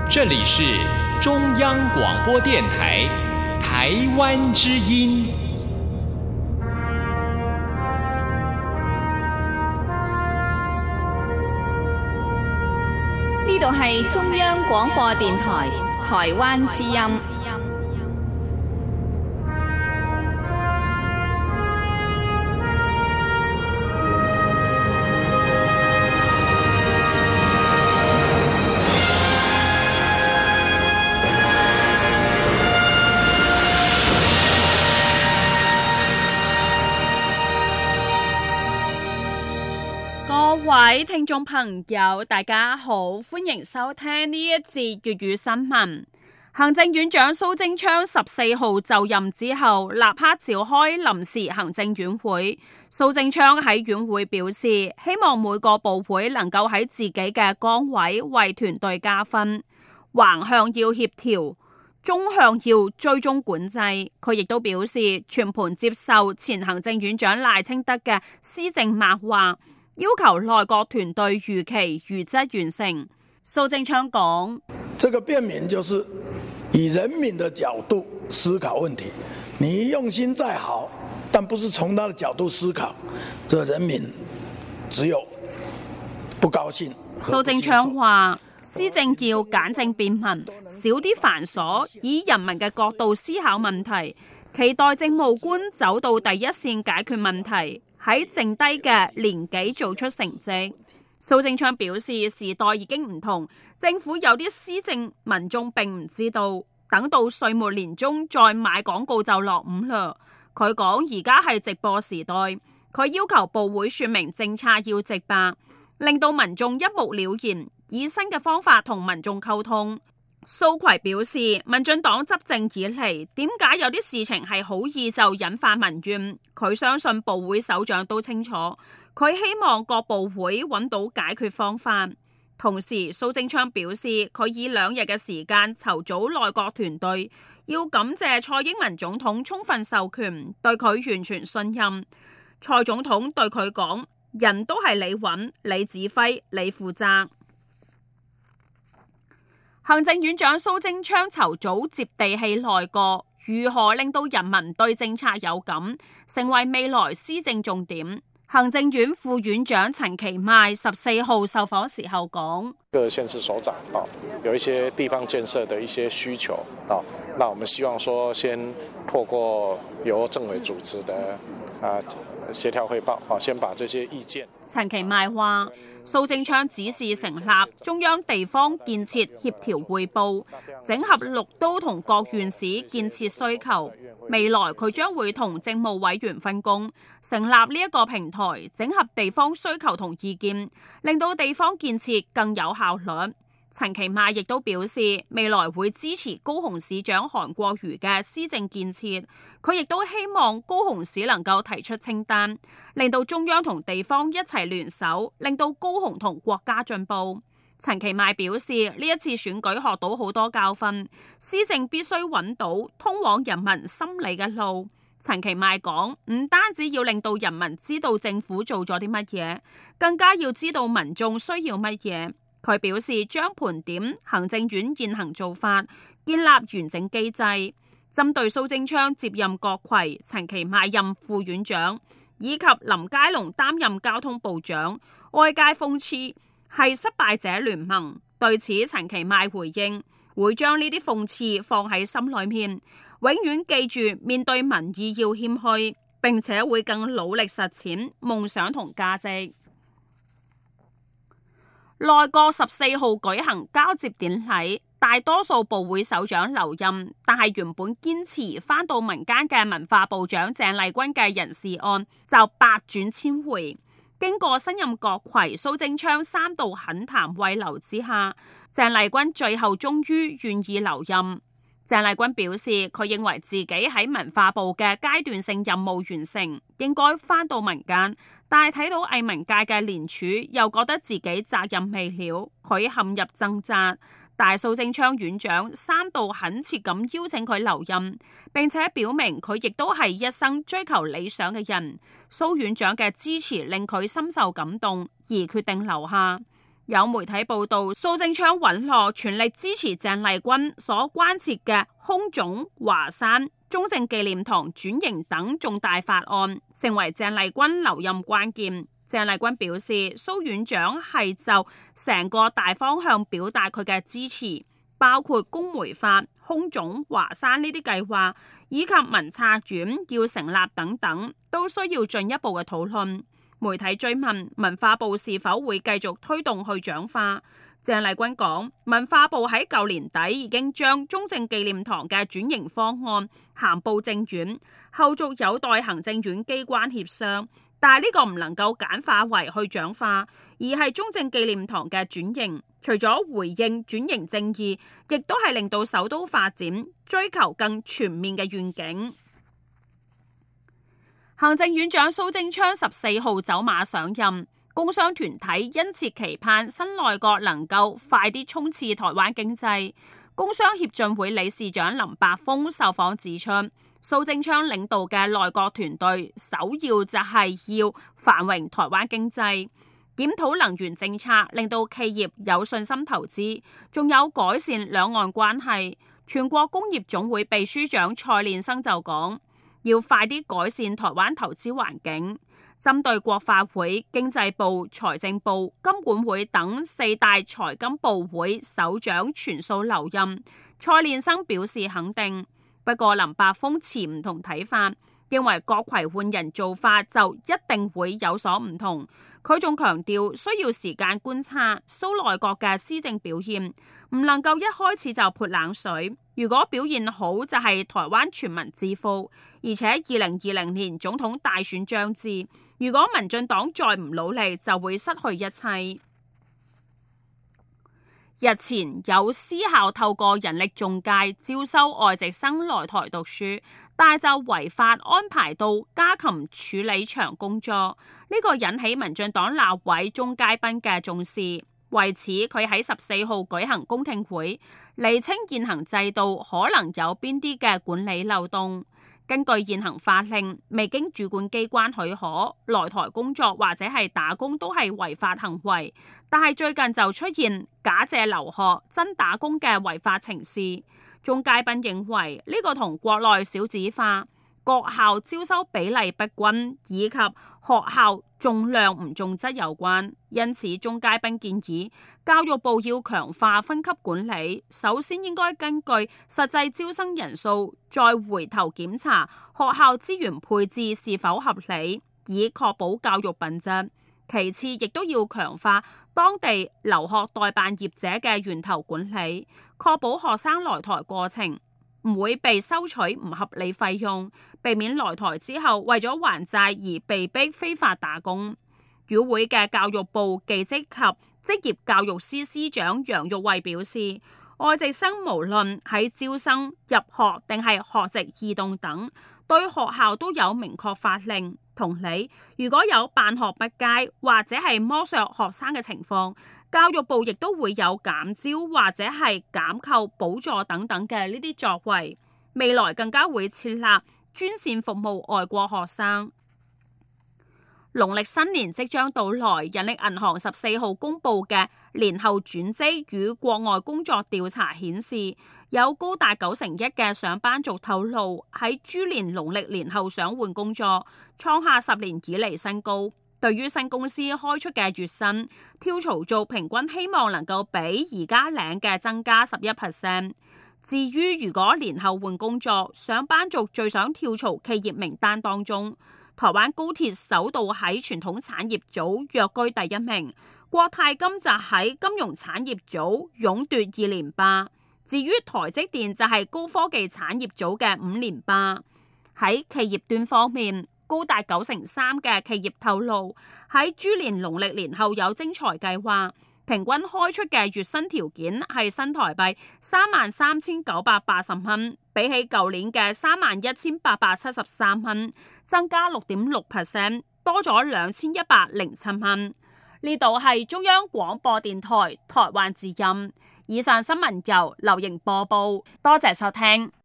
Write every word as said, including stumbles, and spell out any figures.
这里是中央广播电台台湾之音。 呢度係中央廣播電台台灣之音。 各位聽眾朋友，大家好，歡迎收聽呢一節粵語新聞。行政院長蘇貞昌十四號就任之後，立刻召開臨時行政院會。蘇貞昌喺院會表示，希望每個部會能夠喺自己嘅崗位為團隊加分，橫向要協調，中向要追蹤管制。佢亦都表示，全盤接受前行政院長賴清德嘅施政擘畫，要求內閣團隊如期如質完成。蘇貞昌講： 這個便民就是以人民的角度思考問題，你用心再好，但不是從他的角度思考，這人民只有不高興。 蘇貞昌話：施政要簡政便民，少啲繁瑣，以人民嘅角度思考問題，期待政務官走到第一線解決問題，喺剩低嘅年紀做出成績。蘇貞昌表示，時代已經唔同，政府有啲施政民眾並唔知道，等到歲末年終再買廣告就落伍啦。佢講而家係直播時代，佢要求部會說明政策要直白，令到民眾一目了然，以新嘅方法同民眾溝通。蘇揆表示，民進黨執政以嚟，點解有啲事情係好易就引發民怨？佢相信部會首長都清楚，佢希望各部會揾到解決方法。同時，蘇貞昌表示，佢以兩日嘅時間籌組內閣團隊，要感謝蔡英文總統充分授權，對佢完全信任。蔡總統對佢講：人都係你揾，你指揮，你負責。行政院長蘇貞昌籌組接地氣內閣，如何令到人民對政策有感，成為未來施政重點。行政院副院長陳其邁十四號受訪時候講： 各縣市首長啊，有一些地方建設的一些需求啊，那我們希望說先透過由政委主持的啊協調匯報啊，先把這些意見。 陳其邁話，蘇貞昌指示成立中央地方建設協調匯報，整合六都同各縣市建設需求。未來佢將會同政務委員分工，成立呢一個平台，整合地方需求同意見，令到地方建設更有效率。陳其邁亦都表示，未來會支持高雄市長韓國瑜嘅施政建設。佢亦都希望高雄市能夠提出清單，令到中央同地方一齊聯手，令到高雄同國家進步。陳其邁表示，呢一次選舉學到好多教訓，施政必須揾到通往人民心理嘅路。陳其邁講，唔單止要令到人民知道政府做咗啲乜嘢，更加要知道民眾需要乜嘢。佢表示將盤點行政院現行做法，建立完整機制。針對蘇貞昌接任閣揆，陳其邁任副院長，以及林佳龍擔任交通部長，外界諷刺係失敗者聯盟。對此，陳其邁回應會將呢啲諷刺放喺心裏面，永遠記住面對民意要謙虛，並且會更努力實踐夢想同價值。內閣十四號舉行交接典禮，大多數部會首長留任，但係原本堅持返到民間嘅文化部長鄭麗君嘅人事案就百轉千回。經過新任閣揆蘇貞昌三度懇談慰留之下，鄭麗君最後終於願意留任。鄭麗君表示，佢認為自己喺文化部嘅階段性任務完成，應該返到民間，但係睇到藝文界嘅聯署，又覺得自己責任未了，佢陷入掙扎。大蘇貞昌院長三度懇切咁邀請佢留任，並且表明佢亦都係一生追求理想嘅人。蘇院長嘅支持令佢深受感動，而決定留下。 有媒體報道，蘇貞昌允諾全力支持鄭麗君所關切嘅空總華山、中正紀念堂轉型等重大法案，成為鄭麗君留任關鍵。鄭麗君表示，蘇院長係就成個大方向表達佢嘅支持，包括公媒法、空總華山呢啲計劃，以及文策院要成立等等，都需要進一步嘅討論。媒體追問文化部是否會繼續推動去蔣化，鄭麗君講，文化部喺舊年底已經將中正紀念堂嘅轉型方案函報政院，後續有待行政院機關協商，但係呢個唔能夠簡化為去蔣化，而係中正紀念堂嘅轉型，除咗回應轉型正義，亦都係令到首都發展追求更全面嘅願景。行政院長蘇貞昌十四號走馬上任，工商團體殷切期盼新內閣能夠快啲衝刺台灣經濟。工商協進會理事長林柏峰受訪指出，蘇貞昌領導嘅內閣團隊首要就係要繁榮台灣經濟，檢討能源政策，令到企業有信心投資，仲有改善兩岸關係。全國工業總會秘書長蔡練生就講，要快啲改善台灣投資環境。針對國發會、經濟部、財政部、金管會等四大財金部會首長全數留任，蔡練生表示肯定。不過林柏峰持唔同睇法，認為閣揆換人做法就一定會有所唔同。佢仲強調需要時間觀察蘇內閣嘅施政表現，唔能夠一開始就潑冷水。如果表現好就係台灣全民致富，而且二零二零年總統大選將至，如果民進黨再唔努力就會失去一切。日前有私校透過人力仲介招收外籍生來台讀書，但就違法安排到家禽處理場工作，呢個引起民進黨立委鍾佳濱嘅重視。為此，佢喺十四號舉行公聽會，釐清現行制度可能有邊啲嘅管理漏洞。根據現行法令，未經主管機關許可來台工作或者係打工都係違法行為，但係最近就出現假借留學真打工嘅違法情事。鍾佳濱認為呢個同國內少子化、各校招收比例不均以及學校重量唔重質有關，因此鍾佳濱建議教育部要強化分級管理，首先應該根據實際招生人數，再回頭檢查學校資源配置是否合理，以確保教育品質。其次，亦都要強化當地留學代辦業者嘅源頭管理，確保學生來台過程唔會被收取唔合理費用，避免來台之後為咗還債而被逼非法打工。與會嘅教育部技職及職業教育司司長楊玉慧表示，外籍生無論喺招生、入學定係學籍異動等，對學校都有明確法令。同理，如果有辦學不佳或者係剝削學生嘅情況，教育部亦都會有減招或者係減扣補助等等嘅呢啲作為。未來更加會設立專線服務外國學生。農曆新年即將到來，人力銀行十四號公布嘅年後轉職與國外工作調查顯示，有高達九成一嘅上班族透露喺豬年農曆年後想換工作，創下十年以嚟新高。對於新公司開出嘅月薪，跳槽族平均希望能夠比而家領嘅增加十一 percent。至於如果年後換工作，上班族最想跳槽企業名單當中，台灣高鐵首度喺傳統產業組躍居第一名，國泰金就喺金融產業組勇奪二連霸。至於台積電就係高科技產業組嘅五連霸。喺企業端方面，高達九成三嘅企業透露喺豬年農曆年後有徵才計劃，平均開出嘅月薪條件係新台幣三萬三千九百八十蚊，比起舊年嘅三萬一千八百七十三蚊，增加六點六 percent， 多咗兩千一百零七蚊。呢度係中央廣播電台台灣之音。以上新聞由劉瑩播報，多謝收聽。